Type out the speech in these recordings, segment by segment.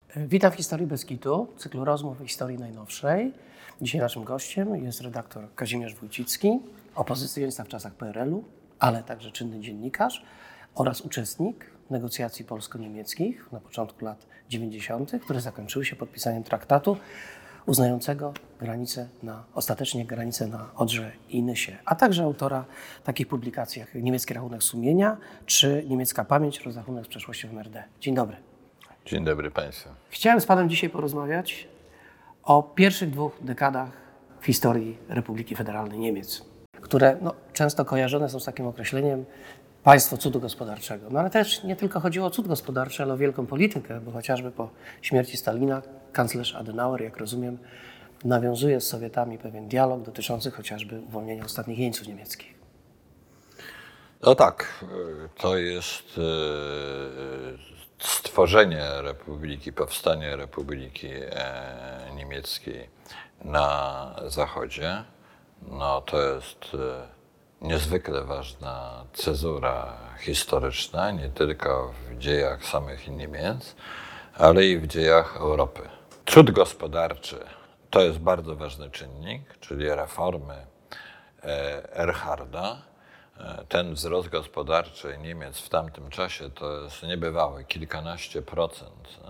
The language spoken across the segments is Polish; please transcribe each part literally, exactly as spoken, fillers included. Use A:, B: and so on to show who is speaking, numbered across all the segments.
A: Witam w Historii bez kitu, cyklu rozmów o historii najnowszej. Dzisiaj naszym gościem jest redaktor Kazimierz Wójcicki, opozycjonista w czasach P R L u, ale także czynny dziennikarz oraz uczestnik negocjacji polsko-niemieckich na początku lat dziewięćdziesiątych, które zakończyły się podpisaniem traktatu uznającego granicę na, ostatecznie granicę na Odrze i Nysie, a także autora takich publikacji jak Niemiecki Rachunek Sumienia czy Niemiecka Pamięć, Rozrachunek z przeszłością M R D. Dzień dobry.
B: Dzień dobry Państwu.
A: Chciałem z Panem dzisiaj porozmawiać o pierwszych dwóch dekadach w historii Republiki Federalnej Niemiec, które no, często kojarzone są z takim określeniem państwo cudu gospodarczego. No ale też nie tylko chodziło o cud gospodarczy, ale o wielką politykę, bo chociażby po śmierci Stalina kanclerz Adenauer, jak rozumiem, nawiązuje z Sowietami pewien dialog dotyczący chociażby uwolnienia ostatnich jeńców niemieckich.
B: No tak, to jest stworzenie Republiki, powstanie Republiki Niemieckiej na Zachodzie. No to jest niezwykle ważna cezura historyczna, nie tylko w dziejach samych Niemiec, ale i w dziejach Europy. Cud gospodarczy to jest bardzo ważny czynnik, czyli reformy Erharda. Ten wzrost gospodarczy Niemiec w tamtym czasie to jest niebywały, kilkanaście procent.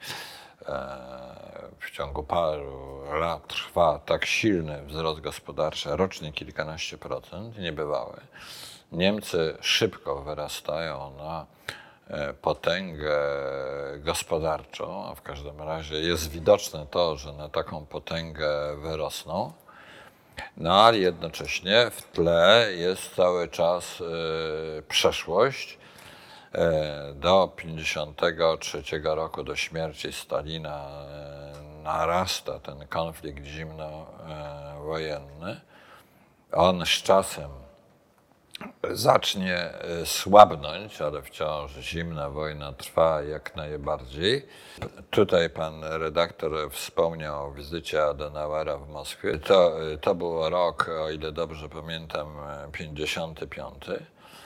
B: W ciągu paru lat trwa tak silny wzrost gospodarczy, rocznie kilkanaście procent, niebywały. Niemcy szybko wyrastają na potęgę gospodarczą, a w każdym razie jest widoczne to, że na taką potęgę wyrosną. No ale jednocześnie w tle jest cały czas y, przeszłość. Y, do pięćdziesiątego trzeciego roku, do śmierci Stalina, y, narasta ten konflikt zimnowojenny. On z czasem zacznie słabnąć, ale wciąż zimna wojna trwa jak najbardziej. Tutaj pan redaktor wspomniał o wizycie Adenauera w Moskwie. To, to był rok, o ile dobrze pamiętam, pięćdziesiąty piąty.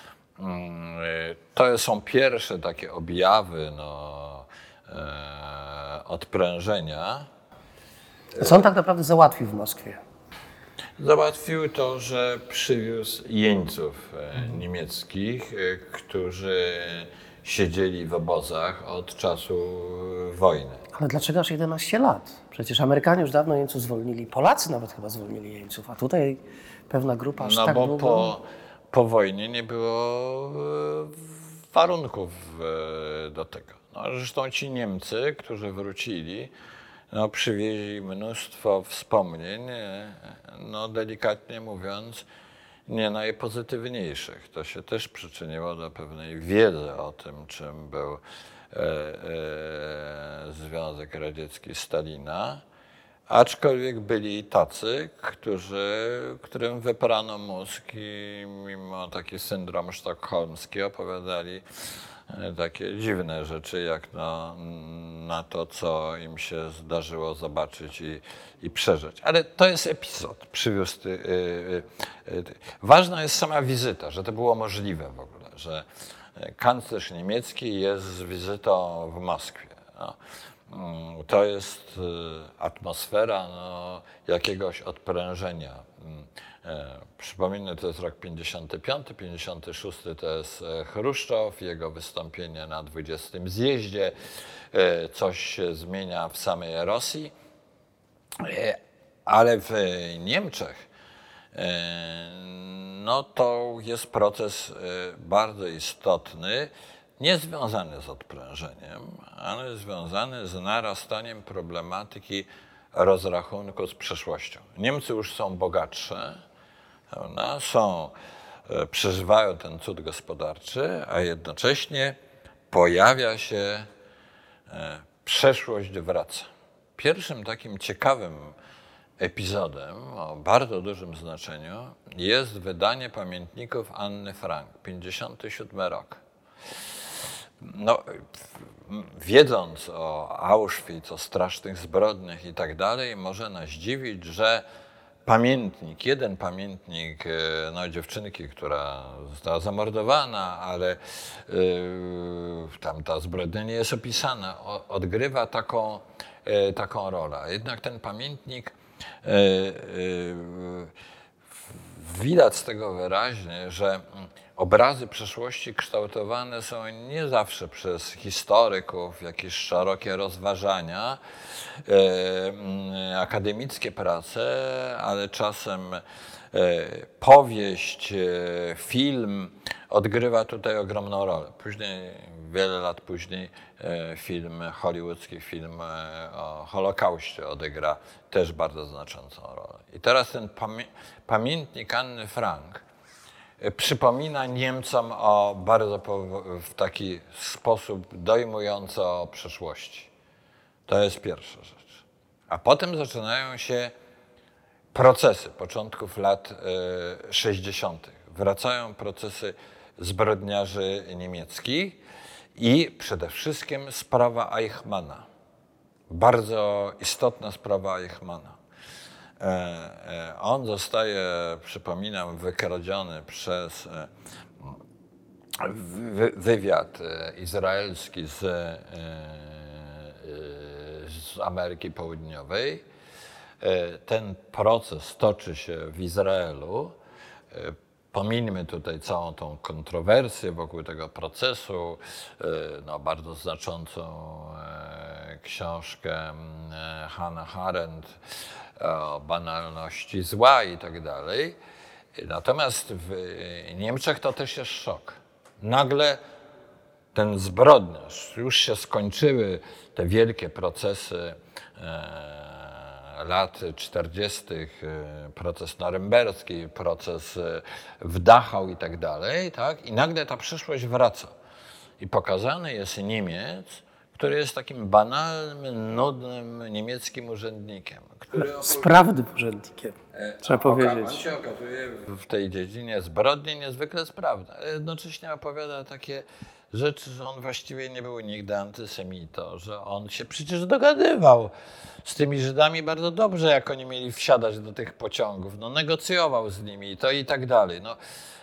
B: To są pierwsze takie objawy no, e, odprężenia.
A: Co on tak naprawdę załatwił w Moskwie?
B: Załatwił to, że przywiózł jeńców niemieckich, którzy siedzieli w obozach od czasu wojny.
A: Ale dlaczego aż jedenaście lat? Przecież Amerykanie już dawno jeńców zwolnili, Polacy nawet chyba zwolnili jeńców, a tutaj pewna grupa aż
B: no
A: tak
B: bo
A: długo...
B: po, po wojnie nie było warunków do tego. No, zresztą ci Niemcy, którzy wrócili, no, przywieźli mnóstwo wspomnień, no, delikatnie mówiąc, nie najpozytywniejszych. To się też przyczyniło do pewnej wiedzy o tym, czym był e, e, Związek Radziecki Stalina, aczkolwiek byli i tacy, którzy, którym wyprano mózg i mimo taki syndrom sztokholmski opowiadali takie dziwne rzeczy, jak na, na to, co im się zdarzyło zobaczyć i, i przeżyć. Ale to jest epizod. Przywiózł. Ty, y, y, y, ważna jest sama wizyta, że to było możliwe w ogóle, że kanclerz niemiecki jest z wizytą w Moskwie. No. To jest atmosfera no, jakiegoś odprężenia. Przypomnę, to jest rok pięćdziesiąty piąty, pięćdziesiąty szósty to jest Chruszczow, jego wystąpienie na dwudziestym zjeździe, coś się zmienia w samej Rosji, ale w Niemczech no, to jest proces bardzo istotny, nie związany z odprężeniem, ale związany z narastaniem problematyki rozrachunku z przeszłością. Niemcy już są bogatsze, no, są, przeżywają ten cud gospodarczy, a jednocześnie pojawia się przeszłość wraca. Pierwszym takim ciekawym epizodem o bardzo dużym znaczeniu jest wydanie pamiętników Anny Frank, pięćdziesiąty siódmy rok. No, wiedząc o Auschwitz, o strasznych zbrodniach i tak dalej, może nas dziwić, że pamiętnik, jeden pamiętnik no, dziewczynki, która została zamordowana, ale yy, tam ta zbrodnia nie jest opisana, o, odgrywa taką, yy, taką rolę. Jednak ten pamiętnik yy, yy, widać z tego wyraźnie, że obrazy przeszłości kształtowane są nie zawsze przez historyków, jakieś szerokie rozważania, e, akademickie prace, ale czasem e, powieść, e, film odgrywa tutaj ogromną rolę. Później, wiele lat później e, film, hollywoodzki film e, o Holokauście odegra też bardzo znaczącą rolę. I teraz ten pamię pamiętnik Anny Frank przypomina Niemcom o bardzo w taki sposób dojmujący o przeszłości. To jest pierwsza rzecz. A potem zaczynają się procesy początków lat sześćdziesiątych. Wracają procesy zbrodniarzy niemieckich i przede wszystkim sprawa Eichmanna. Bardzo istotna sprawa Eichmanna. On zostaje, przypominam, wykradziony przez wywiad izraelski z, z Ameryki Południowej. Ten proces toczy się w Izraelu. Pomińmy tutaj całą tą kontrowersję wokół tego procesu, no, bardzo znaczącą książkę Hannah Arendt o banalności zła i tak dalej. Natomiast w Niemczech to też jest szok. Nagle ten zbrodniarz, już się skończyły te wielkie procesy e, lat czterdziestych, proces norymberski, proces w Dachau i tak dalej, tak? I nagle ta przyszłość wraca. I pokazany jest Niemiec, który jest takim banalnym, nudnym niemieckim urzędnikiem. Który
A: Sprawnym urzędnikiem, trzeba powiedzieć.
B: On się okazuje w tej dziedzinie zbrodni niezwykle sprawny. Jednocześnie opowiada takie rzeczy, że on właściwie nie był nigdy antysemitą, że on się przecież dogadywał z tymi Żydami bardzo dobrze, jak oni mieli wsiadać do tych pociągów. No, negocjował z nimi i to i tak dalej. No,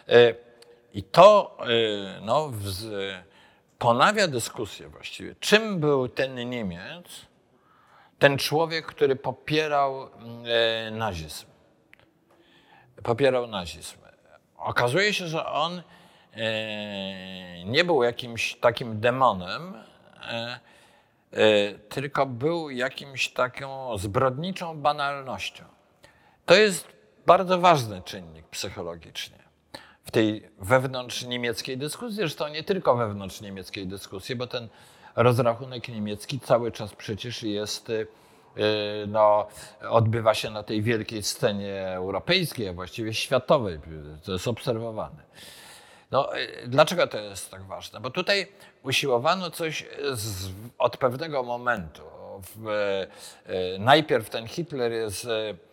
B: i to no, w, ponawia dyskusję właściwie, czym był ten Niemiec, ten człowiek, który popierał e, nazizm. Popierał nazizm. Okazuje się, że on e, nie był jakimś takim demonem, e, e, tylko był jakimś taką zbrodniczą banalnością. To jest bardzo ważny czynnik psychologicznie w tej wewnątrz niemieckiej dyskusji, zresztą nie tylko wewnątrz niemieckiej dyskusji, bo ten rozrachunek niemiecki cały czas przecież jest, no, odbywa się na tej wielkiej scenie europejskiej, a właściwie światowej. To jest obserwowane. No, dlaczego to jest tak ważne? Bo tutaj usiłowano coś z, od pewnego momentu. W, najpierw ten Hitler jest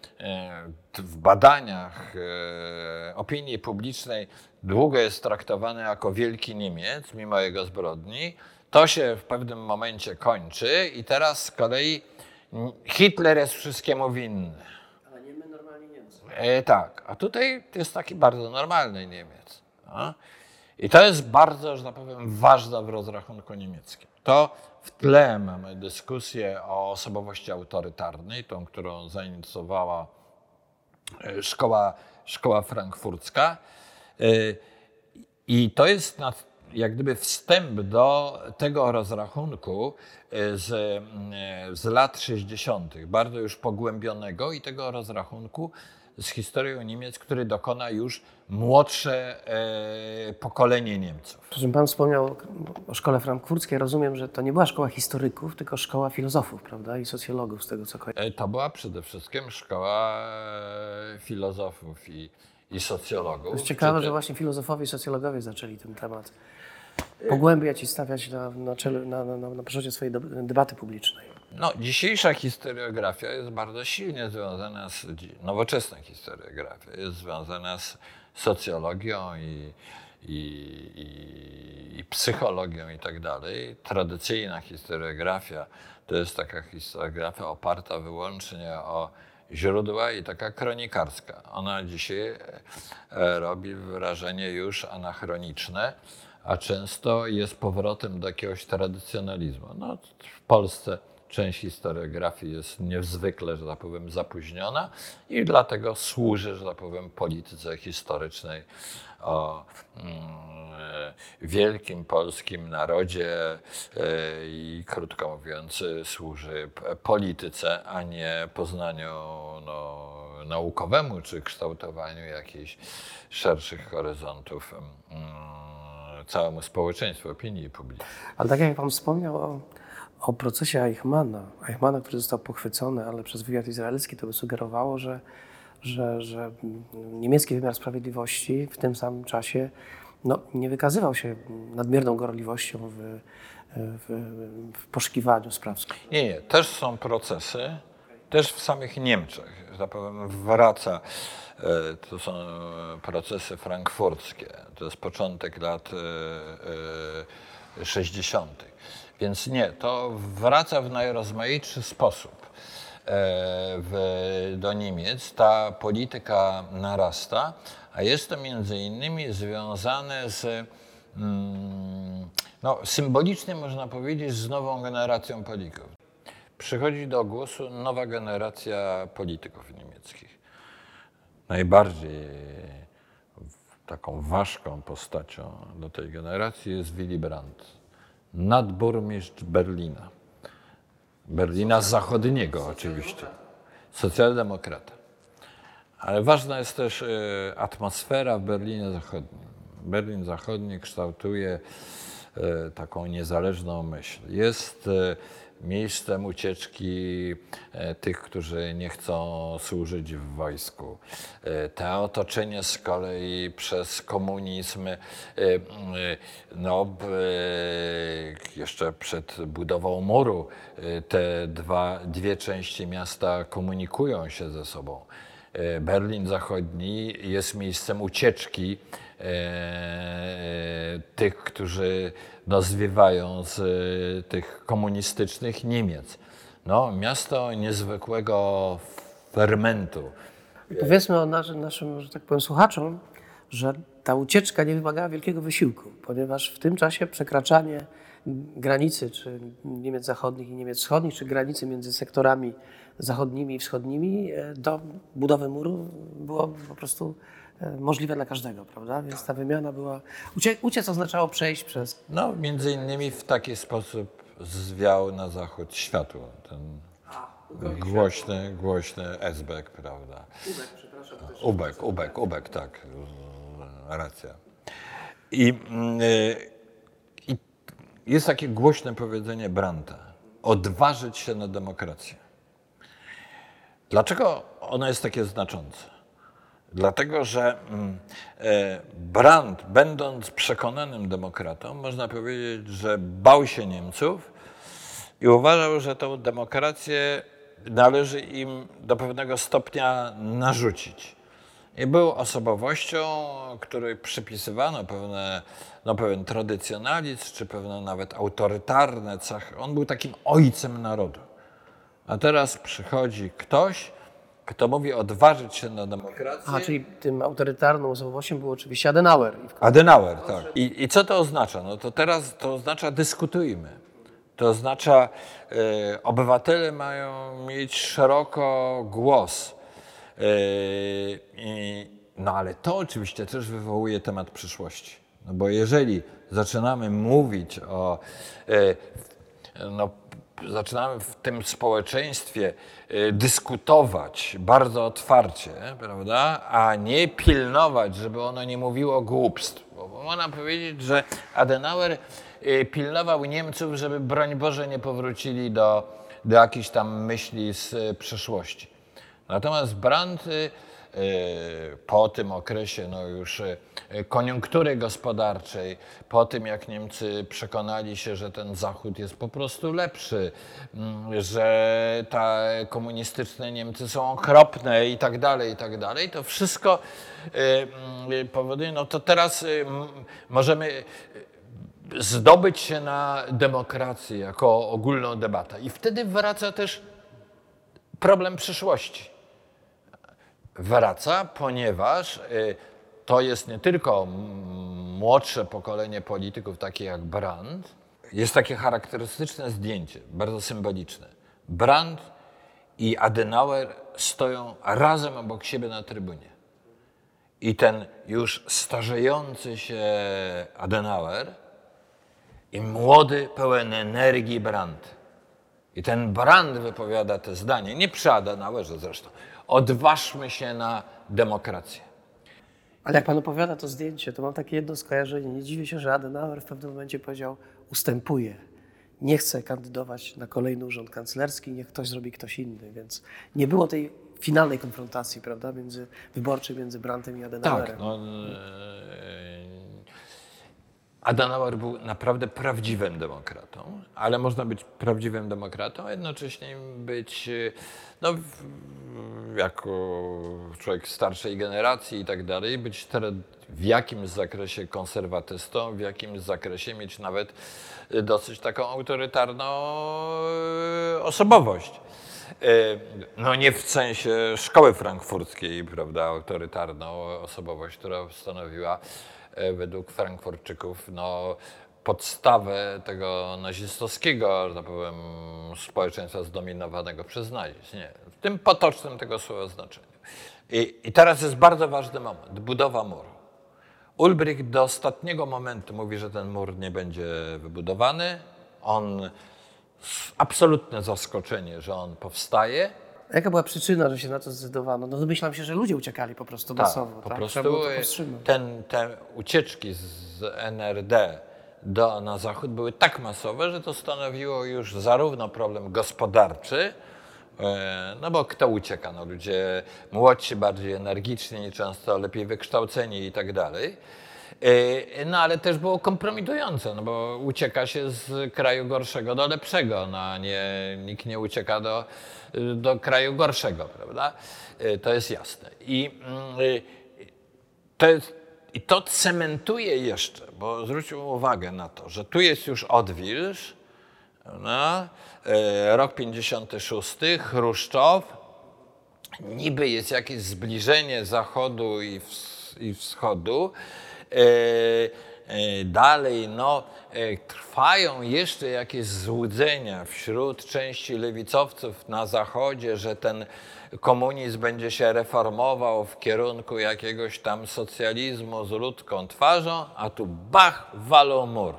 B: w badaniach opinii publicznej długo jest traktowany jako wielki Niemiec, mimo jego zbrodni. To się w pewnym momencie kończy i teraz z kolei Hitler jest wszystkiemu winny.
A: Ale nie my, normalni Niemcy.
B: E, tak, a tutaj jest taki bardzo normalny Niemiec. No? I to jest bardzo, że tak powiem, ważne w rozrachunku niemieckim. To w tle mamy dyskusję o osobowości autorytarnej, tą, którą zainicjowała szkoła, szkoła frankfurcka. I to jest jak gdyby wstęp do tego rozrachunku z, z lat sześćdziesiątych, bardzo już pogłębionego i tego rozrachunku z historią Niemiec, który dokona już młodsze e, pokolenie Niemców.
A: Przy czym pan wspomniał o szkole frankfurckiej. Rozumiem, że to nie była szkoła historyków, tylko szkoła filozofów, prawda? I socjologów, z tego co kojarzę.
B: E, to była przede wszystkim szkoła e, filozofów i, i socjologów.
A: To jest ciekawe, że właśnie filozofowie i socjologowie zaczęli ten temat pogłębiać i stawiać na, na, czele, na, na, na poszodzie swojej debaty publicznej.
B: No, dzisiejsza historiografia jest bardzo silnie związana z, nowoczesna historiografia jest związana z socjologią i, i, i, i psychologią i tak dalej. Tradycyjna historiografia to jest taka historiografia oparta wyłącznie o źródła i taka kronikarska. Ona dzisiaj e, robi wrażenie już anachroniczne, a często jest powrotem do jakiegoś tradycjonalizmu. No, w Polsce część historiografii jest niezwykle, że tak powiem, zapóźniona i dlatego służy, że tak powiem, polityce historycznej o mm, wielkim polskim narodzie e, i krótko mówiąc służy polityce, a nie poznaniu no, naukowemu czy kształtowaniu jakichś szerszych horyzontów mm, całemu społeczeństwu, opinii publicznej.
A: Ale tak jak pan wspomniał o, o procesie Eichmanna, Eichmanna, który został pochwycony, ale przez wywiad izraelski to by sugerowało, że, że, że niemiecki wymiar sprawiedliwości w tym samym czasie no, nie wykazywał się nadmierną gorliwością w, w, w poszukiwaniu sprawców.
B: Nie, nie, też są procesy, też w samych Niemczech, że tak powiem, wraca, to są procesy frankfurckie, to jest początek lat sześćdziesiątych. Więc nie, to wraca w najrozmaitszy sposób w, do Niemiec, ta polityka narasta, a jest to między innymi związane z no, symbolicznie można powiedzieć z nową generacją polityków. Przychodzi do głosu nowa generacja polityków niemieckich. Najbardziej taką ważką postacią do tej generacji jest Willy Brandt, nadburmistrz Berlina. Berlina Zachodniego oczywiście, socjaldemokrata. Ale ważna jest też atmosfera w Berlinie Zachodnim. Berlin Zachodni kształtuje taką niezależną myśl. Jest miejscem ucieczki tych, którzy nie chcą służyć w wojsku. To otoczenie z kolei przez komunizm, no, jeszcze przed budową muru, te dwa, dwie części miasta komunikują się ze sobą. Berlin Zachodni jest miejscem ucieczki tych, którzy no, zwiewają z tych komunistycznych Niemiec. No, miasto niezwykłego fermentu.
A: Powiedzmy o naszym, naszym, że tak powiem, słuchaczom, że ta ucieczka nie wymagała wielkiego wysiłku, ponieważ w tym czasie przekraczanie granicy, czy Niemiec zachodnich i Niemiec wschodnich, czy granicy między sektorami zachodnimi i wschodnimi do budowy muru było po prostu możliwe dla każdego, prawda? Więc ta wymiana była... Ucie, uciec oznaczało przejść przez...
B: No, między innymi w taki sposób zwiał na zachód światło. Ten głośny, głośny esbek, prawda?
A: Ubek, przepraszam.
B: Ubek, ubek, ubek, tak. Racja. I, i jest takie głośne powiedzenie Brandta. Odważyć się na demokrację. Dlaczego ono jest takie znaczące? Dlatego, że Brandt, będąc przekonanym demokratą, można powiedzieć, że bał się Niemców i uważał, że tę demokrację należy im do pewnego stopnia narzucić. I był osobowością, której przypisywano pewne, no, pewien tradycjonalizm, czy pewne nawet autorytarne cechy. On był takim ojcem narodu. A teraz przychodzi ktoś, kto mówi odważyć się na demokrację.
A: A, czyli tym autorytarną osobowością był oczywiście Adenauer.
B: Adenauer, tak. I, I co to oznacza? No to teraz to oznacza dyskutujmy. To oznacza e, obywatele mają mieć szeroko głos. E, i, no ale to oczywiście też wywołuje temat przyszłości. No bo jeżeli zaczynamy mówić o e, no, zaczynamy w tym społeczeństwie dyskutować bardzo otwarcie, prawda, a nie pilnować, żeby ono nie mówiło głupstw. Bo można powiedzieć, że Adenauer pilnował Niemców, żeby broń Boże nie powrócili do, do jakichś tam myśli z przeszłości. Natomiast Brandt po tym okresie no już koniunktury gospodarczej, po tym jak Niemcy przekonali się, że ten Zachód jest po prostu lepszy, że ta komunistyczne Niemcy są okropne i tak dalej, i tak dalej, to wszystko powoduje, no to teraz możemy zdobyć się na demokrację jako ogólną debatę. I wtedy wraca też problem przyszłości. wraca, ponieważ y, to jest nie tylko m- młodsze pokolenie polityków, takie jak Brandt. Jest takie charakterystyczne zdjęcie, bardzo symboliczne. Brandt i Adenauer stoją razem obok siebie na trybunie. I ten już starzejący się Adenauer i młody, pełen energii Brandt. I ten Brandt wypowiada te zdanie, nie przy Adenauerze zresztą. Odważmy się na demokrację.
A: Ale jak pan opowiada to zdjęcie, to mam takie jedno skojarzenie. Nie dziwię się, że Adenauer w pewnym momencie powiedział, ustępuję. Nie chcę kandydować na kolejny urząd kanclerski, niech ktoś zrobi ktoś inny. Więc nie było tej finalnej konfrontacji, prawda, między, wyborczej między Brandtem i Adenauerem.
B: Tak, no, Adenauer był naprawdę prawdziwym demokratą, ale można być prawdziwym demokratą, a jednocześnie być, no, jako człowiek starszej generacji i tak dalej, być teraz w jakimś zakresie konserwatystą, w jakimś zakresie mieć nawet dosyć taką autorytarną osobowość. No nie w sensie szkoły frankfurckiej, prawda, autorytarną osobowość, która stanowiła według Frankfurtczyków no, podstawę tego nazistowskiego, że tak powiem, społeczeństwa zdominowanego przez nazizm. Nie, w tym potocznym tego słowa znaczeniu. I, I teraz jest bardzo ważny moment, budowa muru. Ulbricht do ostatniego momentu mówi, że ten mur nie będzie wybudowany. On, absolutne zaskoczenie, że on powstaje.
A: A jaka była przyczyna, że się na to zdecydowano? No domyślam się, że ludzie uciekali po prostu
B: Tak,
A: masowo.
B: po
A: tak?
B: prostu
A: Trzeba było to powstrzymać.
B: ten, te ucieczki z N R D do, na zachód były tak masowe, że to stanowiło już zarówno problem gospodarczy, e, no bo kto ucieka? No ludzie młodsi, bardziej energiczni, często lepiej wykształceni i tak dalej. E, No ale też było kompromitujące, no bo ucieka się z kraju gorszego do lepszego, no a nie, nikt nie ucieka do, do kraju gorszego, prawda? E, To jest jasne. I mm, to jest, I to cementuje jeszcze, bo zwróćmy uwagę na to, że tu jest już odwilż, no, e, rok pięćdziesiąty szósty, Chruszczow, niby jest jakieś zbliżenie Zachodu i, ws i Wschodu. E, e, dalej no, e, trwają jeszcze jakieś złudzenia wśród części lewicowców na Zachodzie, że ten komunizm będzie się reformował w kierunku jakiegoś tam socjalizmu z ludzką twarzą, a tu bach, walą mur.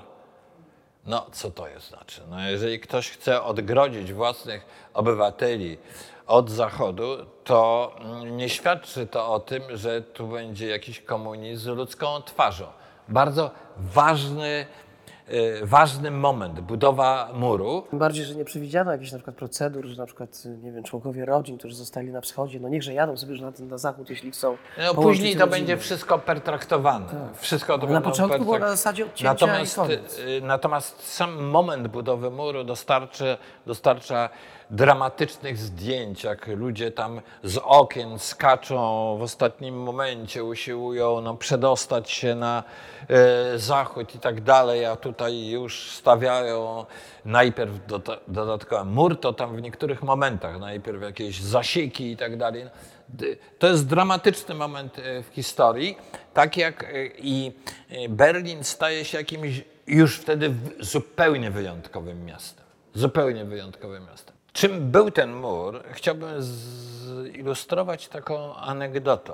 B: No, co to jest znaczy? No, jeżeli ktoś chce odgrodzić własnych obywateli od Zachodu, to nie świadczy to o tym, że tu będzie jakiś komunizm z ludzką twarzą. Bardzo ważny, yy, ważny moment, budowa muru.
A: Tym bardziej, że nie przewidziano jakichś na przykład procedur, że na przykład, nie wiem, członkowie rodzin, którzy zostali na wschodzie, no niechże jadą sobie już na, ten, na zachód, jeśli chcą.
B: No,
A: połączyć
B: później to
A: rodziny.
B: będzie wszystko pertraktowane. Tak. Wszystko to
A: Ale na
B: będą
A: początku było
B: pertrak-
A: na zasadzie odcięcia
B: natomiast,
A: i koniec.
B: y, natomiast sam moment budowy muru dostarczy, dostarcza dramatycznych zdjęć, jak ludzie tam z okien skaczą w ostatnim momencie, usiłują no, przedostać się na y, zachód i tak dalej, a tutaj już stawiają najpierw do, dodatkowy mur, to tam w niektórych momentach, najpierw jakieś zasieki i tak dalej. To jest dramatyczny moment w historii, tak jak i Berlin staje się jakimś już wtedy zupełnie wyjątkowym miastem. Zupełnie wyjątkowym miastem. Czym był ten mur? Chciałbym zilustrować taką anegdotą.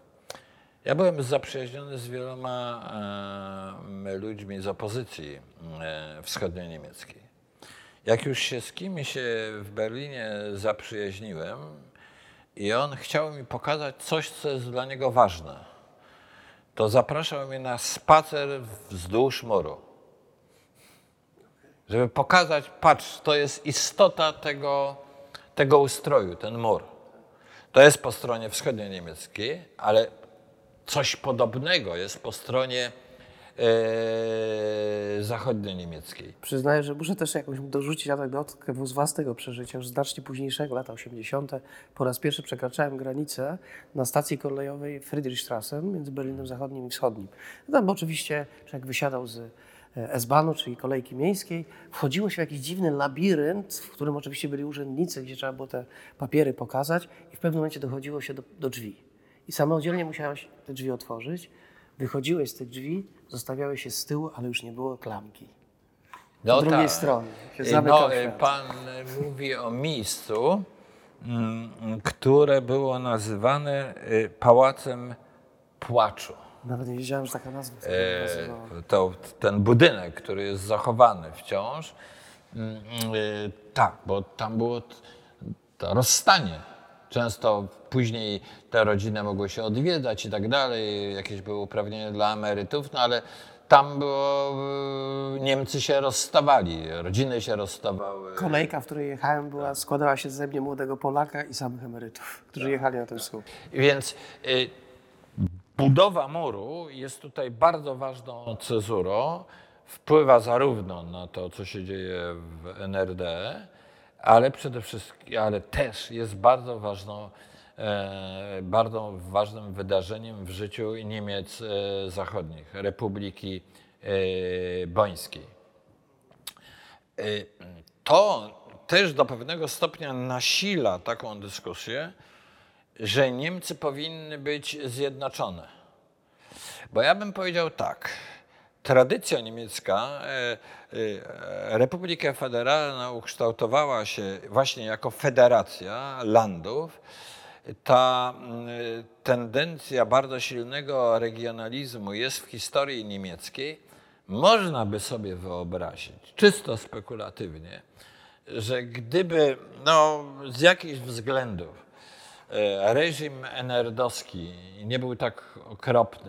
B: Ja byłem zaprzyjaźniony z wieloma e, ludźmi z opozycji e, wschodnio-niemieckiej. Jak już się z kimś w Berlinie zaprzyjaźniłem i on chciał mi pokazać coś, co jest dla niego ważne, to zapraszał mnie na spacer wzdłuż muru. Żeby pokazać, patrz, to jest istota tego, tego ustroju, ten mur. To jest po stronie wschodnio-niemieckiej, ale coś podobnego jest po stronie e, zachodnio-niemieckiej.
A: Przyznaję, że muszę też jakąś dorzucić anegdotkę z własnego przeżycia, już znacznie późniejszego, lata osiemdziesiąte. Po raz pierwszy przekraczałem granicę na stacji kolejowej Friedrichstraße między Berlinem Zachodnim i Wschodnim. Tam oczywiście człowiek wysiadał z S-Bahnu, czyli kolejki miejskiej, wchodziło się w jakiś dziwny labirynt, w którym oczywiście byli urzędnicy, gdzie trzeba było te papiery pokazać i w pewnym momencie dochodziło się do, do drzwi. I samodzielnie musiałeś te drzwi otworzyć. Wychodziłeś z tych drzwi, zostawiałeś się z tyłu, ale już nie było klamki.
B: No
A: Po drugiej
B: tak.
A: stronie się
B: No,
A: zamykał
B: e,
A: świat.
B: pan mówi o miejscu, mm, które było nazywane e, Pałacem Płaczu.
A: Nawet nie wiedziałem, że taka nazwa się
B: E,
A: nazywała.
B: to, ten budynek, który jest zachowany wciąż, mm, e, tak, bo tam było t- to rozstanie. Często później te rodziny mogły się odwiedzać i tak dalej, jakieś były uprawnienia dla emerytów, no ale tam było, e, Niemcy się rozstawali, rodziny się rozstawały.
A: Kolejka, w której jechałem, była, składała się ze mnie młodego Polaka i samych emerytów, którzy jechali na ten słup.
B: Więc y, budowa muru jest tutaj bardzo ważną cezurą. Wpływa zarówno na to, co się dzieje w N R D, ale przede wszystkim, ale też jest bardzo ważną, e, bardzo ważnym wydarzeniem w życiu Niemiec e, zachodnich, Republiki e, Bońskiej. E, to też do pewnego stopnia nasila taką dyskusję, że Niemcy powinny być zjednoczone. Bo ja bym powiedział tak, tradycja niemiecka, e, e, Republika Federalna ukształtowała się właśnie jako federacja landów. Ta e, tendencja bardzo silnego regionalizmu jest w historii niemieckiej. Można by sobie wyobrazić, czysto spekulatywnie, że gdyby no, z jakichś względów e, reżim enerdowski nie był tak okropny,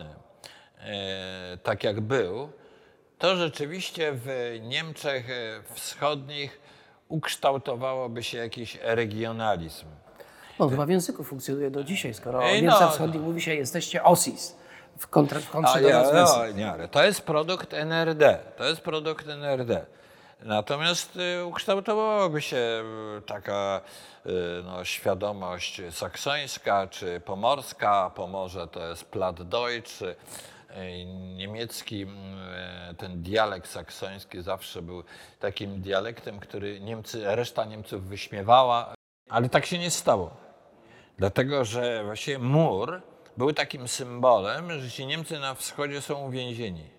B: e, tak jak był, to rzeczywiście w Niemczech Wschodnich ukształtowałoby się jakiś regionalizm.
A: On chyba w języku funkcjonuje do dzisiaj, skoro o
B: Ej,
A: Niemcach
B: no,
A: Wschodnich mówi się, jesteście Ossis w kontrze, w kontrze
B: A
A: do
B: ja,
A: nas
B: no,
A: Wessis.
B: nie, ale to jest produkt N R D. To jest produkt N R D. Natomiast y, ukształtowałaby się y, taka y, no, świadomość saksońska czy pomorska. Pomorze to jest Plattdeutsch. Y, niemiecki, y, ten dialekt saksoński zawsze był takim dialektem, który Niemcy, reszta Niemców wyśmiewała, ale tak się nie stało. Dlatego, że właśnie mur był takim symbolem, że ci Niemcy na wschodzie są uwięzieni.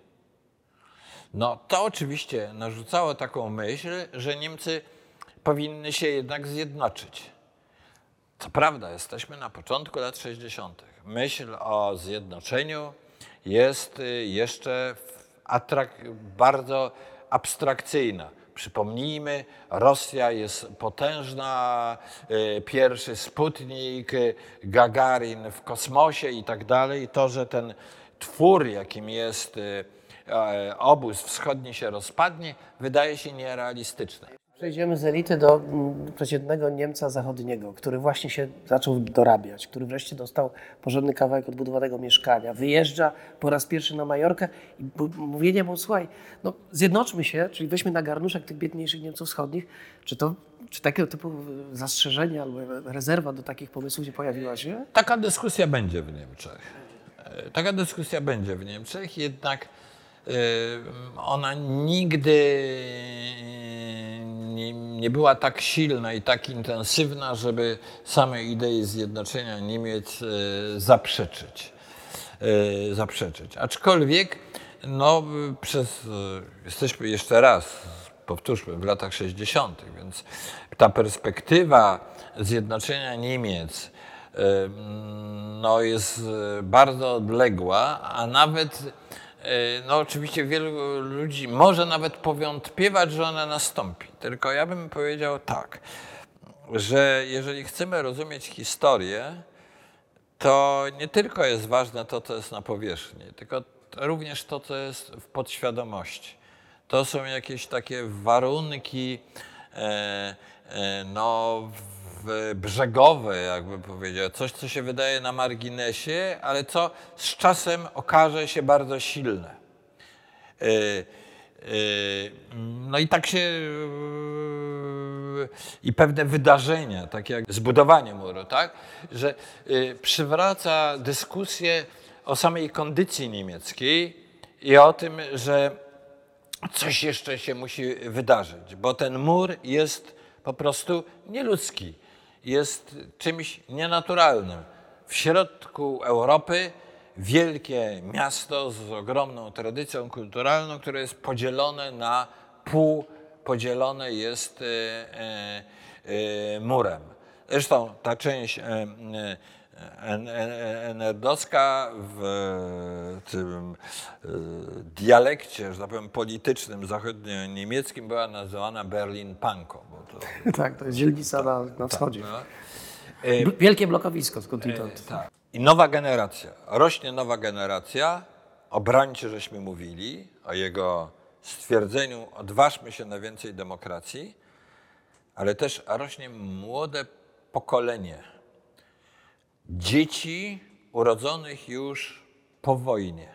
B: No to oczywiście narzucało taką myśl, że Niemcy powinny się jednak zjednoczyć. Co prawda, jesteśmy na początku lat sześćdziesiątych. Myśl o zjednoczeniu jest jeszcze atrak- bardzo abstrakcyjna. Przypomnijmy, Rosja jest potężna, pierwszy Sputnik, Gagarin w kosmosie i tak dalej. To, że ten twór, jakim jest obóz wschodni, się rozpadnie, wydaje się nierealistyczne.
A: Przejdziemy z elity do mm, przeciętnego Niemca zachodniego, który właśnie się zaczął dorabiać, który wreszcie dostał porządny kawałek odbudowanego mieszkania. Wyjeżdża po raz pierwszy na Majorkę i bu- mówienie mu, słuchaj, no zjednoczmy się, czyli weźmy na garnuszek tych biedniejszych Niemców wschodnich. Czy to, czy takiego typu zastrzeżenia albo rezerwa do takich pomysłów nie pojawiła się?
B: Taka dyskusja będzie w Niemczech. E, Taka dyskusja będzie w Niemczech, jednak e, ona nigdy nie, nie była tak silna i tak intensywna, żeby samej idei zjednoczenia Niemiec e, zaprzeczyć. e, zaprzeczyć. Aczkolwiek no, przez, e, jesteśmy jeszcze raz, powtórzmy, w latach sześćdziesiątych, więc ta perspektywa zjednoczenia Niemiec e, no, jest e, bardzo odległa, a nawet e, no, oczywiście wielu ludzi może nawet powątpiewać, że ona nastąpi. Tylko ja bym powiedział tak, że jeżeli chcemy rozumieć historię, to nie tylko jest ważne to, co jest na powierzchni, tylko również to, co jest w podświadomości. To są jakieś takie warunki e, e, no, w, brzegowe, jakby powiedział. Coś, co się wydaje na marginesie, ale co z czasem okaże się bardzo silne. E, e, no i tak się i pewne wydarzenia, takie jak zbudowanie muru, tak? Że y, przywraca dyskusję o samej kondycji niemieckiej i o tym, że coś jeszcze się musi wydarzyć, bo ten mur jest po prostu nieludzki, jest czymś nienaturalnym. w środku Europy wielkie miasto z ogromną tradycją kulturalną, które jest podzielone na pół, podzielone jest e, e, murem. Zresztą ta część e, e, enerdowska w tym dialekcie, że tak powiem, politycznym, zachodnio-niemieckim była nazywana Berlin-Pankow. Bo to,
A: Tak, to jest dzielnica na, na wschodzie.
B: no.
A: B- Wielkie blokowisko skądinąd.
B: Tak. I nowa generacja, rośnie nowa generacja, o Brandcie żeśmy mówili, o jego stwierdzeniu odważmy się na więcej demokracji, ale też rośnie młode pokolenie dzieci urodzonych już po wojnie.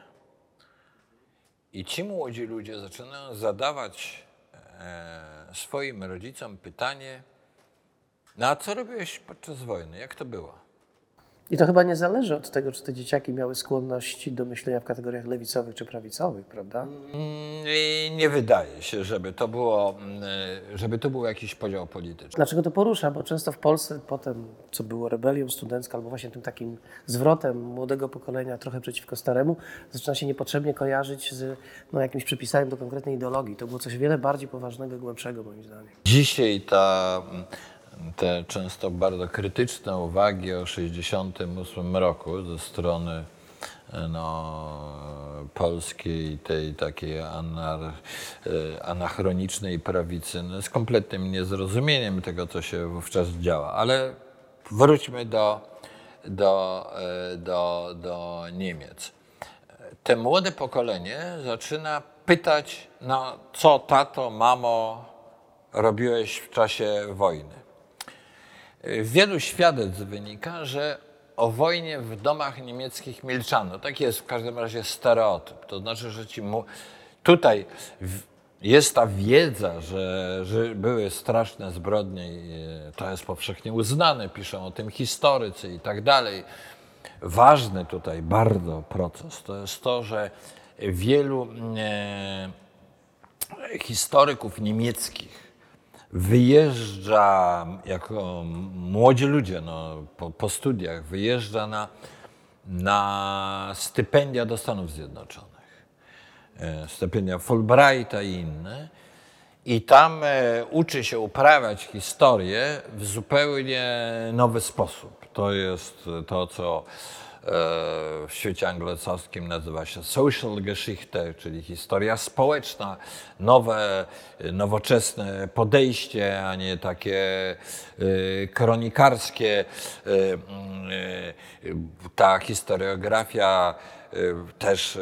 B: I ci młodzi ludzie zaczynają zadawać e, swoim rodzicom pytanie, no a co robiłeś podczas wojny, jak to było?
A: I to chyba nie zależy od tego, czy te dzieciaki miały skłonności do myślenia w kategoriach lewicowych czy prawicowych, prawda?
B: I nie wydaje się, żeby to było, żeby to był jakiś podział polityczny.
A: Dlaczego to porusza? Bo często w Polsce potem, co było rebelią studencką, albo właśnie tym takim zwrotem młodego pokolenia trochę przeciwko staremu, zaczyna się niepotrzebnie kojarzyć z no, jakimś przypisaniem do konkretnej ideologii. To było coś wiele bardziej poważnego, głębszego moim zdaniem.
B: Dzisiaj ta, te często bardzo krytyczne uwagi o sześćdziesiątym ósmym roku ze strony no, polskiej, tej takiej anar, anachronicznej prawicy, no, z kompletnym niezrozumieniem tego, co się wówczas działa. Ale wróćmy do, do, do, do Niemiec. Te młode pokolenie zaczyna pytać, no co tato, mamo robiłeś w czasie wojny. Z wielu świadectw wynika, że o wojnie w domach niemieckich milczano. Taki jest w każdym razie stereotyp. To znaczy, że ci mu... tutaj jest ta wiedza, że, że były straszne zbrodnie i to jest powszechnie uznane, piszą o tym historycy i tak dalej. Ważny tutaj bardzo proces to jest to, że wielu e, historyków niemieckich wyjeżdża jako młodzi ludzie no, po, po studiach, wyjeżdża na, na stypendia do Stanów Zjednoczonych. E, stypendia Fulbrighta i inne. I tam e, uczy się uprawiać historię w zupełnie nowy sposób. To jest to, co e, w świecie anglosaskim nazywa się social Geschichte, czyli historia społeczna, nowe, nowoczesne podejście, a nie takie e, kronikarskie. E, e, ta historiografia też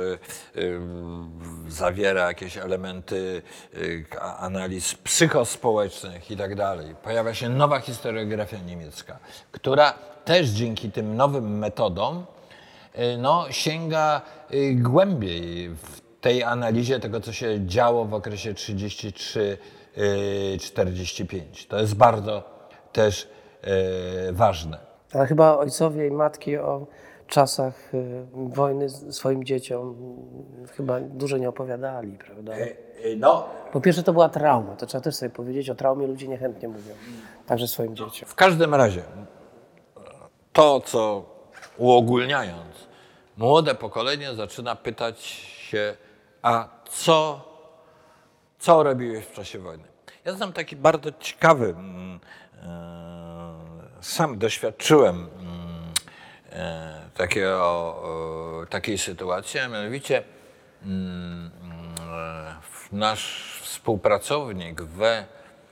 B: zawiera jakieś elementy analiz psychospołecznych i tak dalej. Pojawia się nowa historiografia niemiecka, która też dzięki tym nowym metodom no, sięga głębiej w tej analizie tego, co się działo w okresie trzydziesty trzeci do czterdziestego piątego. To jest bardzo też ważne.
A: Ale chyba ojcowie i matki o czasach wojny swoim dzieciom chyba dużo nie opowiadali, prawda?
B: No.
A: Po pierwsze to była trauma, to trzeba też sobie powiedzieć, o traumie ludzie niechętnie mówią, także swoim dzieciom.
B: W każdym razie to, co uogólniając, młode pokolenie zaczyna pytać się, a co, co robiłeś w czasie wojny? Ja znam taki bardzo ciekawy, sam doświadczyłem takiego, takiej sytuacji, a mianowicie nasz współpracownik w,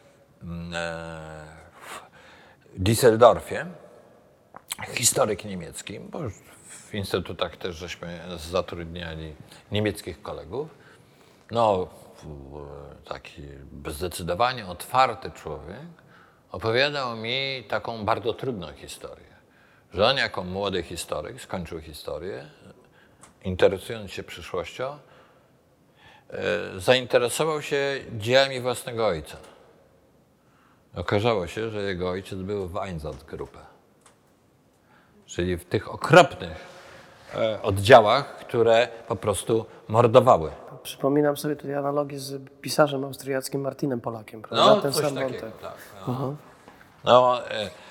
B: w Düsseldorfie, historyk niemiecki, bo w instytutach też żeśmy zatrudniali niemieckich kolegów, no taki zdecydowanie otwarty człowiek, opowiadał mi taką bardzo trudną historię, że on jako młody historyk skończył historię, interesując się przyszłością, zainteresował się dziełami własnego ojca. Okazało się, że jego ojciec był w Einsatzgruppe, czyli w tych okropnych oddziałach, które po prostu mordowały.
A: Przypominam sobie tutaj analogię z pisarzem austriackim Martinem Polakiem, prawda?
B: No,
A: Ten
B: coś
A: sam
B: takiego,
A: wątek.
B: tak. No, no e,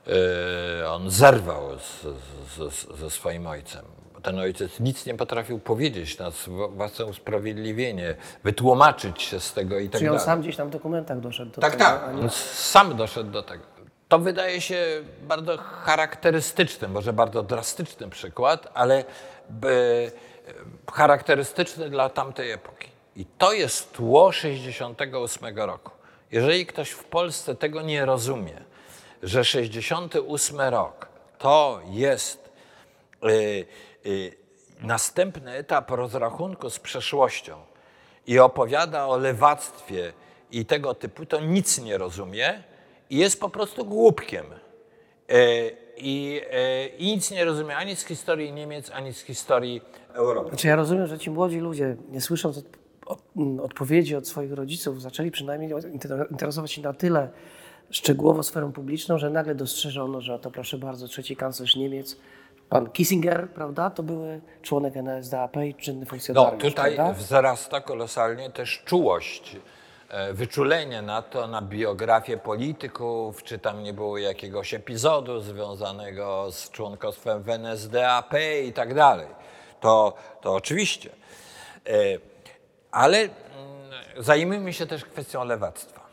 B: Yy, on zerwał z, z, z, ze swoim ojcem. Ten ojciec nic nie potrafił powiedzieć na własne usprawiedliwienie, wytłumaczyć się z tego i tak
A: Czyli on
B: dalej.
A: sam gdzieś tam w dokumentach doszedł do
B: Tak,
A: tego?
B: tak,
A: a nie-
B: on sam doszedł do tego. To wydaje się bardzo charakterystyczny, może bardzo drastyczny przykład, ale by, charakterystyczny dla tamtej epoki. I to jest tło sześćdziesiątego ósmego roku. Jeżeli ktoś w Polsce tego nie rozumie, że sześćdziesiąty ósmy rok to jest y, y, następny etap rozrachunku z przeszłością i opowiada o lewactwie i tego typu, to nic nie rozumie i jest po prostu głupkiem. Y, i, y, I nic nie rozumie ani z historii Niemiec, ani z historii Europy.
A: Znaczy ja rozumiem, że ci młodzi ludzie, nie słysząc od, od, odpowiedzi od swoich rodziców, zaczęli przynajmniej inter- interesować się na tyle szczegółowo sferą publiczną, że nagle dostrzeżono, że to proszę bardzo, trzeci kanclerz Niemiec, pan Kissinger, prawda, to były członek N S D A P i czynny
B: No
A: funkcjonariusz.
B: tutaj
A: prawda?
B: wzrasta kolosalnie też czułość, e, wyczulenie na to, na biografię polityków, czy tam nie było jakiegoś epizodu związanego z członkostwem w N S D A P i tak dalej. To, to oczywiście. E, Ale mm, zajmijmy się też kwestią lewactwa.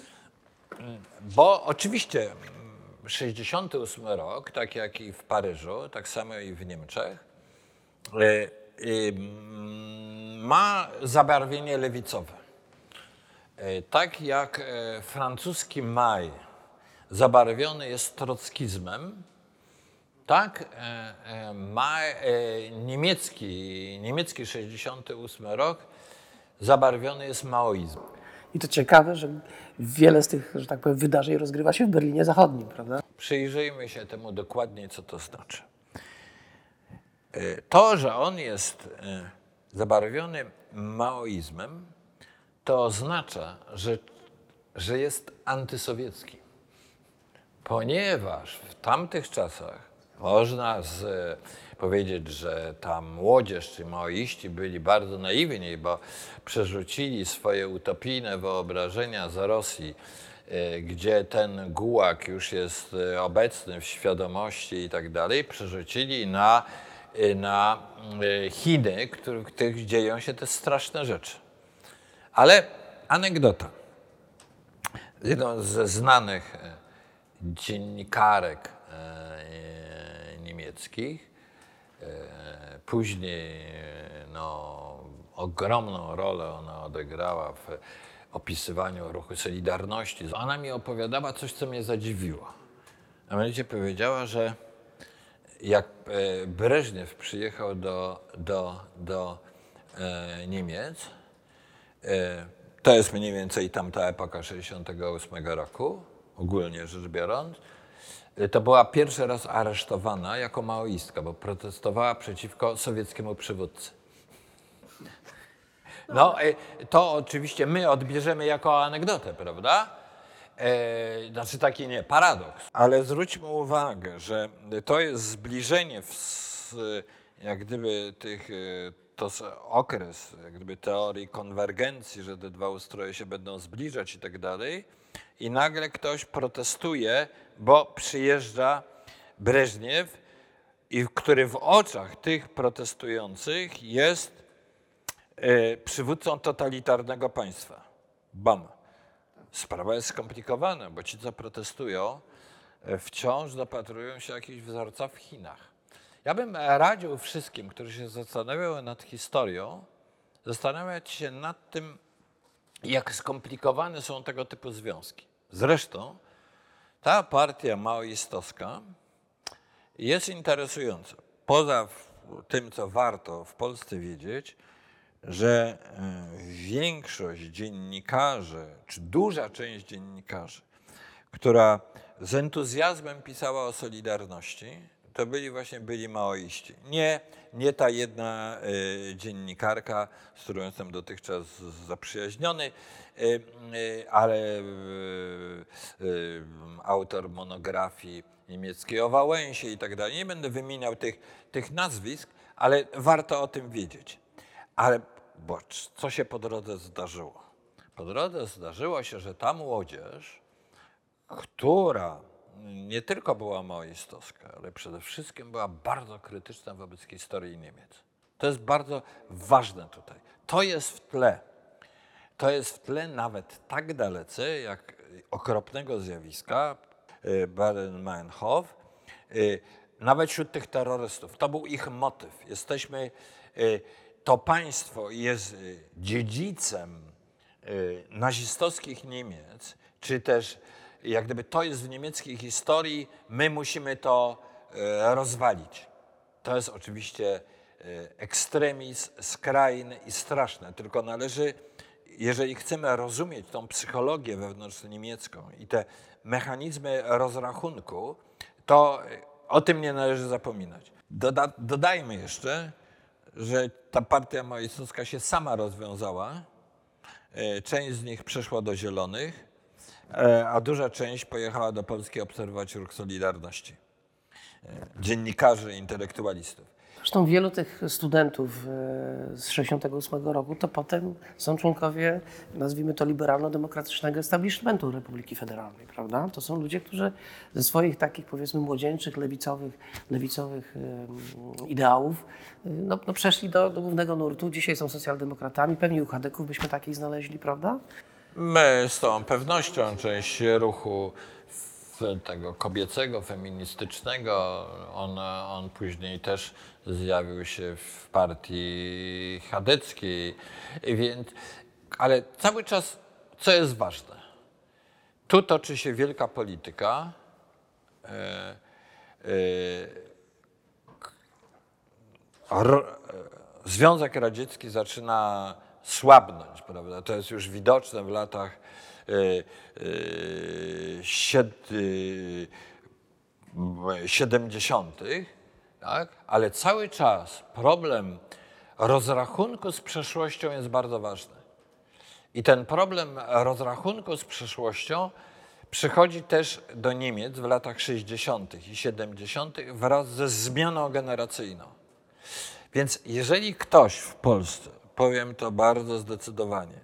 B: Bo oczywiście sześćdziesiąty ósmy rok, tak jak i w Paryżu, tak samo i w Niemczech, y, y, ma zabarwienie lewicowe. Y, Tak jak y, francuski maj zabarwiony jest trockizmem, tak y, y, maj, y, niemiecki, niemiecki sześćdziesiąty ósmy rok zabarwiony jest maoizmem.
A: I to ciekawe, że wiele z tych, że tak powiem, wydarzeń rozgrywa się w Berlinie Zachodnim, prawda?
B: Przyjrzyjmy się temu dokładniej, co to znaczy. To, że on jest zabarwiony maoizmem, to oznacza, że, że jest antysowiecki. Ponieważ w tamtych czasach można z, powiedzieć, że ta młodzież czy maoiści byli bardzo naiwni, bo przerzucili swoje utopijne wyobrażenia z Rosji, gdzie ten gułag już jest obecny w świadomości i tak dalej, przerzucili na, na Chiny, w których dzieją się te straszne rzeczy. Ale anegdota. Jedną ze znanych dziennikarek niemieckich, później no, ogromną rolę ona odegrała w opisywaniu ruchu Solidarności. Ona mi opowiadała coś, co mnie zadziwiło. A mianowicie powiedziała, że jak Breżniew przyjechał do, do, do e, Niemiec, e, to jest mniej więcej tamta epoka sześćdziesiątego ósmego roku, ogólnie rzecz biorąc, to była pierwszy raz aresztowana jako maoistka, bo protestowała przeciwko sowieckiemu przywódcy. No, to oczywiście my odbierzemy jako anegdotę, prawda? E, znaczy taki nie, paradoks. Ale zwróćmy uwagę, że to jest zbliżenie w, jak gdyby tych, to jest okres jak gdyby teorii konwergencji, że te dwa ustroje się będą zbliżać i tak dalej. I nagle ktoś protestuje, bo przyjeżdża Breżniew, i który w oczach tych protestujących jest e, przywódcą totalitarnego państwa. Bam. Sprawa jest skomplikowana, bo ci, co protestują, wciąż dopatrują się jakichś wzorca w Chinach. Ja bym radził wszystkim, którzy się zastanawiają nad historią, zastanawiać się nad tym, jak skomplikowane są tego typu związki. Zresztą ta partia maoistowska jest interesująca. Poza tym, co warto w Polsce wiedzieć, że większość dziennikarzy, czy duża część dziennikarzy, która z entuzjazmem pisała o Solidarności, to byli właśnie byli maoiści. Nie, nie ta jedna y, dziennikarka, z którą jestem dotychczas zaprzyjaźniony, y, y, ale y, y, autor monografii niemieckiej o Wałęsie i tak dalej. Nie będę wymieniał tych, tych nazwisk, ale warto o tym wiedzieć. Ale bo co się po drodze zdarzyło? Po drodze zdarzyło się, że ta młodzież, która nie tylko była maoistowska, ale przede wszystkim była bardzo krytyczna wobec historii Niemiec. To jest bardzo ważne tutaj. To jest w tle. To jest w tle nawet tak dalece, jak okropnego zjawiska Baden-Meinhof, nawet wśród tych terrorystów. To był ich motyw. Jesteśmy, to państwo jest dziedzicem nazistowskich Niemiec, czy też jak gdyby to jest w niemieckiej historii, my musimy to rozwalić. To jest oczywiście ekstremizm skrajny i straszny, tylko należy, jeżeli chcemy rozumieć tą psychologię wewnątrzniemiecką i te mechanizmy rozrachunku, to o tym nie należy zapominać. Doda, dodajmy jeszcze, że ta partia maoistowska się sama rozwiązała. Część z nich przeszła do Zielonych, a duża część pojechała do Polskiej obserwować ruch Solidarności. Dziennikarzy, intelektualistów.
A: Zresztą wielu tych studentów z sześćdziesiątego ósmego roku to potem są członkowie, nazwijmy to, liberalno-demokratycznego establishmentu Republiki Federalnej, prawda? To są ludzie, którzy ze swoich takich, powiedzmy, młodzieńczych, lewicowych, lewicowych ideałów no, no przeszli do, do głównego nurtu. Dzisiaj są socjaldemokratami. Pewnie u chadeków byśmy takich znaleźli, prawda?
B: My z tą pewnością część ruchu tego kobiecego, feministycznego, on, on później też zjawił się w partii chadeckiej, więc, ale cały czas, co jest ważne, tu toczy się wielka polityka, e, e, ro, Związek Radziecki zaczyna słabnąć, prawda? To jest już widoczne w latach siedemdziesiątych, tak? Ale cały czas problem rozrachunku z przeszłością jest bardzo ważny. I ten problem rozrachunku z przeszłością przychodzi też do Niemiec w latach sześćdziesiątych i siedemdziesiątych wraz ze zmianą generacyjną. Więc jeżeli ktoś w Polsce, powiem to bardzo zdecydowanie,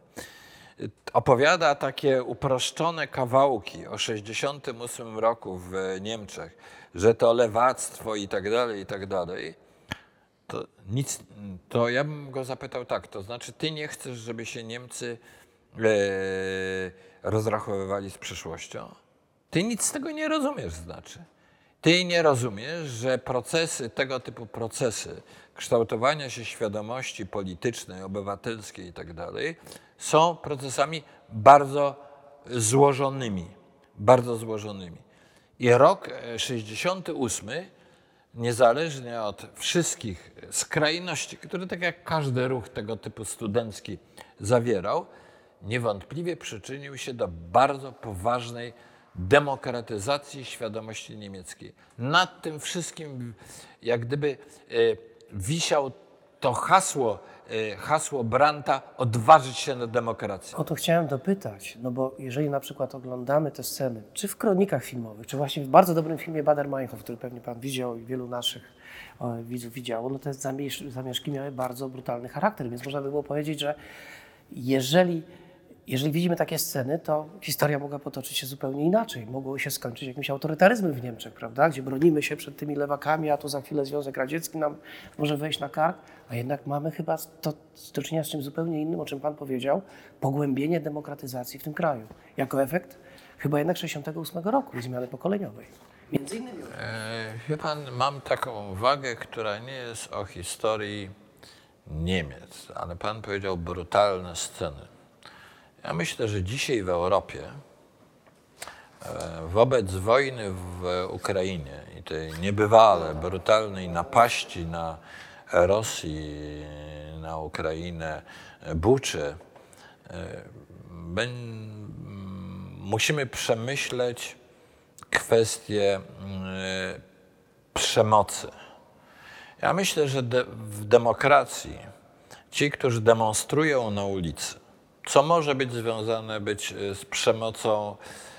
B: opowiada takie uproszczone kawałki o sześćdziesiątym ósmym roku w Niemczech, że to lewactwo i tak dalej, i tak dalej, to nic, to ja bym go zapytał tak, to znaczy ty nie chcesz, żeby się Niemcy e, rozrachowywali z przyszłością? Ty nic z tego nie rozumiesz, znaczy. Ty nie rozumiesz, że procesy, tego typu procesy kształtowania się świadomości politycznej, obywatelskiej i tak dalej, są procesami bardzo złożonymi, bardzo złożonymi. I rok sześćdziesiąty ósmy, niezależnie od wszystkich skrajności, które tak jak każdy ruch tego typu studencki zawierał, niewątpliwie przyczynił się do bardzo poważnej demokratyzacji świadomości niemieckiej. Nad tym wszystkim jak gdyby e, wisiał to hasło, e, hasło Brandta, odważyć się na demokrację.
A: O to chciałem dopytać, no bo jeżeli na przykład oglądamy te sceny, czy w kronikach filmowych, czy właśnie w bardzo dobrym filmie Bader-Meinhof, który pewnie pan widział i wielu naszych o, widzów widziało, no te zamiesz zamieszki miały bardzo brutalny charakter, więc można by było powiedzieć, że jeżeli Jeżeli widzimy takie sceny, to historia mogła potoczyć się zupełnie inaczej. Mogło się skończyć jakimś autorytaryzmem w Niemczech, prawda? Gdzie bronimy się przed tymi lewakami, a tu za chwilę Związek Radziecki nam może wejść na kark. A jednak mamy chyba to, do czynienia z czymś zupełnie innym, o czym pan powiedział, pogłębienie demokratyzacji w tym kraju. Jako efekt chyba jednak sześćdziesiątego ósmego roku i zmiany pokoleniowej. Między innymi.
B: E, wie pan, mam taką uwagę, która nie jest o historii Niemiec, ale pan powiedział brutalne sceny. Ja myślę, że dzisiaj w Europie wobec wojny w Ukrainie i tej niebywale brutalnej napaści na Rosji, na Ukrainę, Buczy, musimy przemyśleć kwestię przemocy. Ja myślę, że de w demokracji ci, którzy demonstrują na ulicy, co może być związane być z przemocą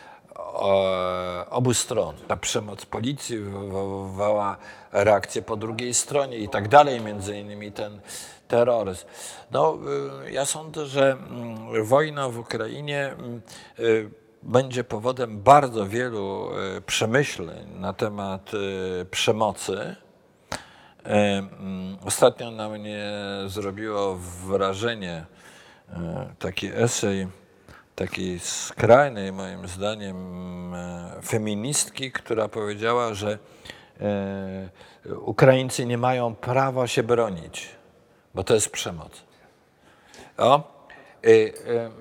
B: obu stron. Ta przemoc policji wywołała reakcję po drugiej stronie i tak dalej, między innymi ten terroryzm. No, ja sądzę, że wojna w Ukrainie będzie powodem bardzo wielu e, przemyśleń na temat e, przemocy. E, mm, Ostatnio na mnie zrobiło wrażenie e, taki esej takiej skrajnej, moim zdaniem, e, feministki, która powiedziała, że e, Ukraińcy nie mają prawa się bronić, bo to jest przemoc. O, i, y,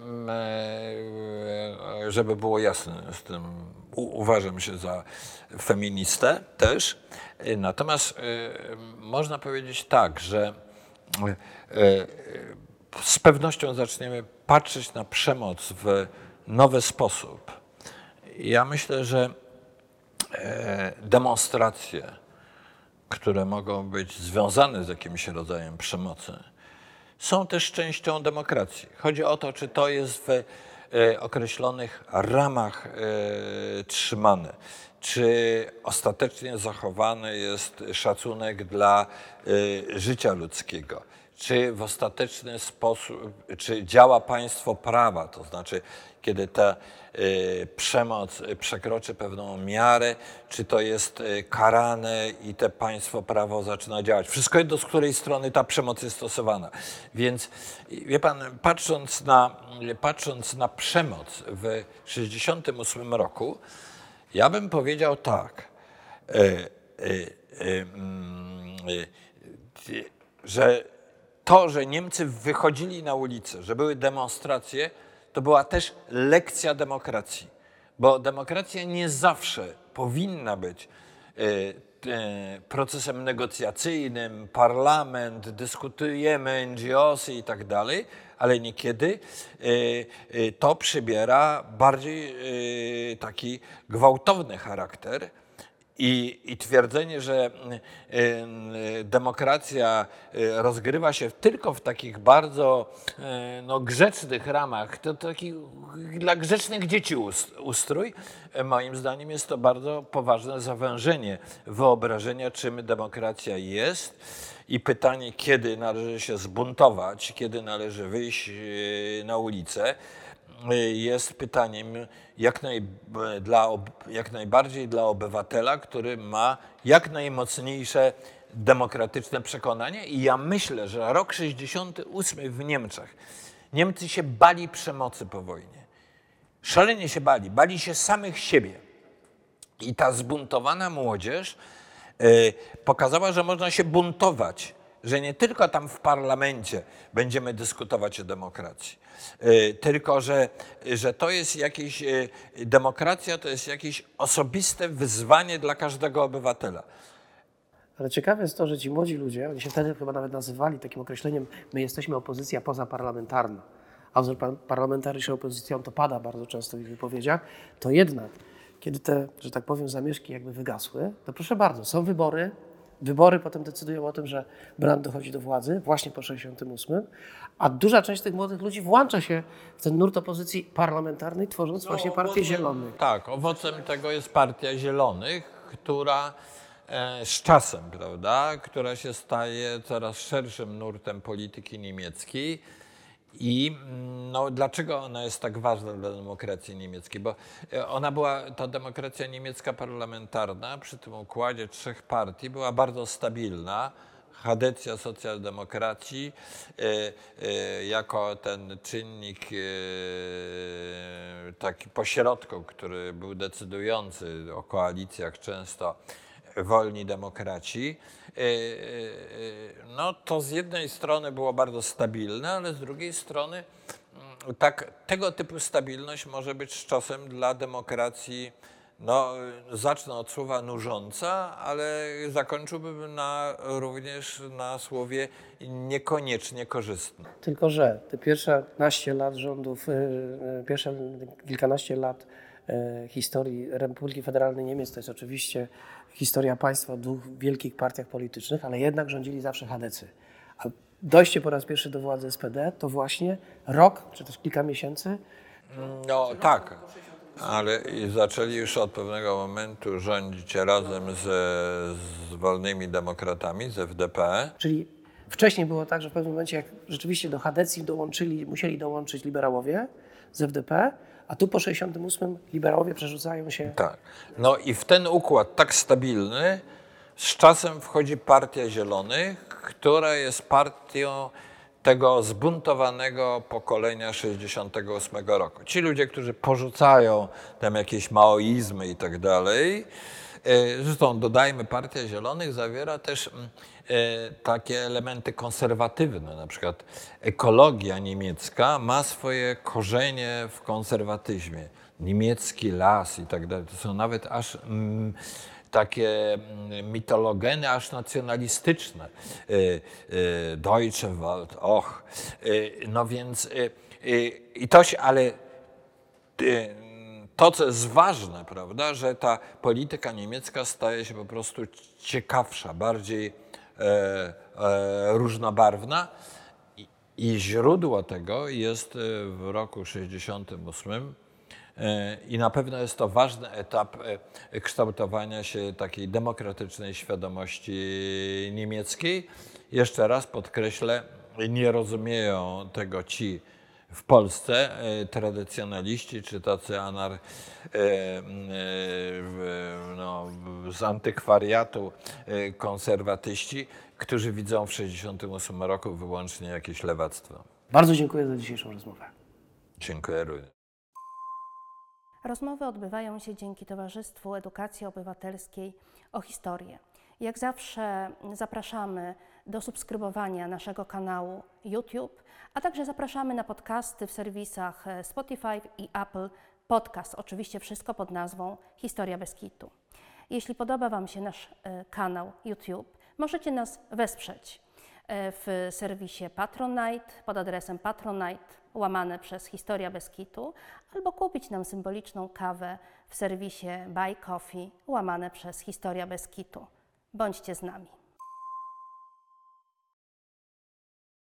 B: y, żeby było jasne z tym, u, uważam się za feministę też. Y, Natomiast y, można powiedzieć tak, że y, y, z pewnością zaczniemy patrzeć na przemoc w nowy sposób. Ja myślę, że y, demonstracje, które mogą być związane z jakimś rodzajem przemocy, są też częścią demokracji. Chodzi o to, czy to jest w e, określonych ramach e, trzymane, czy ostatecznie zachowany jest szacunek dla e, życia ludzkiego, czy w ostateczny sposób, czy działa państwo prawa, to znaczy kiedy ta y, przemoc przekroczy pewną miarę, czy to jest y, karane i te państwo prawo zaczyna działać. Wszystko jedno, z której strony ta przemoc jest stosowana. Więc wie pan, patrząc na, patrząc na przemoc w sześćdziesiątym ósmym roku, ja bym powiedział tak, y, y, y, y, że to, że Niemcy wychodzili na ulicę, że były demonstracje, to była też lekcja demokracji, bo demokracja nie zawsze powinna być e, e, procesem negocjacyjnym, parlament, dyskutujemy, N G O sy i tak dalej, ale niekiedy e, e, to przybiera bardziej e, taki gwałtowny charakter. I, I twierdzenie, że y, y, demokracja y, rozgrywa się tylko w takich bardzo y, no, grzecznych ramach, to taki dla grzecznych dzieci ustrój, y, moim zdaniem jest to bardzo poważne zawężenie wyobrażenia, czym demokracja jest. I pytanie, kiedy należy się zbuntować, kiedy należy wyjść y, na ulicę, jest pytaniem jak, naj, dla, jak najbardziej dla obywatela, który ma jak najmocniejsze demokratyczne przekonanie. I ja myślę, że rok sześćdziesiąty ósmy w Niemczech, Niemcy się bali przemocy po wojnie. Szalenie się bali, bali się samych siebie. I ta zbuntowana młodzież y, pokazała, że można się buntować, że nie tylko tam w parlamencie będziemy dyskutować o demokracji, y, tylko że, że to jest jakieś, y, demokracja to jest jakieś osobiste wyzwanie dla każdego obywatela.
A: Ale ciekawe jest to, że ci młodzi ludzie, oni się wtedy chyba nawet nazywali takim określeniem, my jesteśmy opozycja pozaparlamentarna. A parlamentaryczna opozycja, to pada bardzo często w ich wypowiedziach, to jednak, kiedy te, że tak powiem, zamieszki jakby wygasły, to proszę bardzo, są wybory, wybory potem decydują o tym, że Brandt dochodzi do władzy, właśnie po sześćdziesiątym ósmym, a duża część tych młodych ludzi włącza się w ten nurt opozycji parlamentarnej, tworząc no, właśnie Partię owocem, Zielonych.
B: Tak, owocem tego jest Partia Zielonych, która e, z czasem, prawda, która się staje coraz szerszym nurtem polityki niemieckiej. I no, dlaczego ona jest tak ważna dla demokracji niemieckiej? Bo ona była, ta demokracja niemiecka parlamentarna przy tym układzie trzech partii była bardzo stabilna. Chadecja socjaldemokracji e, e, jako ten czynnik e, taki pośrodku, który był decydujący o koalicjach często, wolni demokraci, no to z jednej strony było bardzo stabilne, ale z drugiej strony tak, tego typu stabilność może być z czasem dla demokracji, no zacznę od słowa nużąca, ale zakończyłbym na, również na słowie niekoniecznie korzystne.
A: Tylko że te pierwsze naście lat rządów, pierwsze kilkanaście lat historii Republiki Federalnej Niemiec to jest oczywiście historia państwa w dwóch wielkich partiach politycznych, ale jednak rządzili zawsze chadecy. A dojście po raz pierwszy do władzy S P D to właśnie rok, czy też kilka miesięcy.
B: No tak, ale zaczęli już od pewnego momentu rządzić razem z, z wolnymi demokratami, z F D P.
A: Czyli wcześniej było tak, że w pewnym momencie jak rzeczywiście do chadecji dołączyli, musieli dołączyć liberałowie, z F D P, a tu po sześćdziesiątym ósmym liberałowie przerzucają się.
B: Tak. No i w ten układ tak stabilny z czasem wchodzi Partia Zielonych, która jest partią tego zbuntowanego pokolenia sześćdziesiątego ósmego roku. Ci ludzie, którzy porzucają tam jakieś maoizmy i tak dalej. Zresztą dodajmy, Partia Zielonych zawiera też takie elementy konserwatywne, na przykład ekologia niemiecka ma swoje korzenie w konserwatyzmie. Niemiecki las i tak dalej, to są nawet aż mm, takie mitologeny aż nacjonalistyczne. Deutsche Wald, och. No więc i to się, ale to, co jest ważne, prawda, że ta polityka niemiecka staje się po prostu ciekawsza, bardziej e, e, różnobarwna i, i źródło tego jest w roku sześćdziesiątym ósmym e, i na pewno jest to ważny etap e, kształtowania się takiej demokratycznej świadomości niemieckiej. Jeszcze raz podkreślę, nie rozumieją tego ci w Polsce e, tradycjonaliści czy tacy anar, e, e, no, z antykwariatu e, konserwatyści, którzy widzą w sześćdziesiątym ósmym roku wyłącznie jakieś lewactwo.
A: Bardzo dziękuję za dzisiejszą rozmowę.
B: Dziękuję również.
C: Rozmowy odbywają się dzięki Towarzystwu Edukacji Obywatelskiej o Historię. Jak zawsze zapraszamy do subskrybowania naszego kanału YouTube, a także zapraszamy na podcasty w serwisach Spotify i Apple Podcast. Oczywiście wszystko pod nazwą Historia bez kitu. Jeśli podoba Wam się nasz kanał YouTube, możecie nas wesprzeć w serwisie Patronite pod adresem patronite łamane przez Historia bez kitu albo kupić nam symboliczną kawę w serwisie Buy Coffee łamane przez Historia bez kitu. Bądźcie z nami.